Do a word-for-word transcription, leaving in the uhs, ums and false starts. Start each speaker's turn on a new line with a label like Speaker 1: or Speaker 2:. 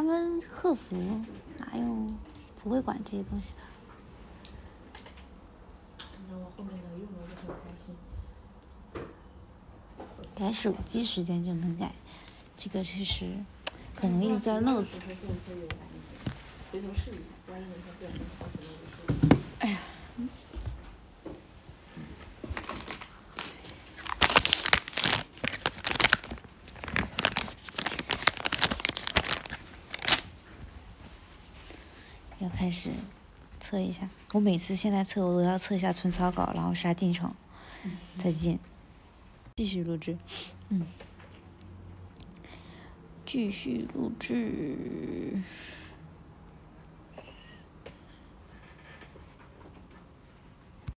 Speaker 1: 们客服哪有不会管这些东西的。
Speaker 2: 然后后面能用的就很开心。
Speaker 1: 改手机时间就能改，这个其实很容易钻漏子。
Speaker 2: 回头试一下，万一哪天不小心跑什么就说。
Speaker 1: 哎呀。要开始测一下，我每次现在测我都要测一下存草稿，然后杀进程，再进，继续录制，嗯，继续录制。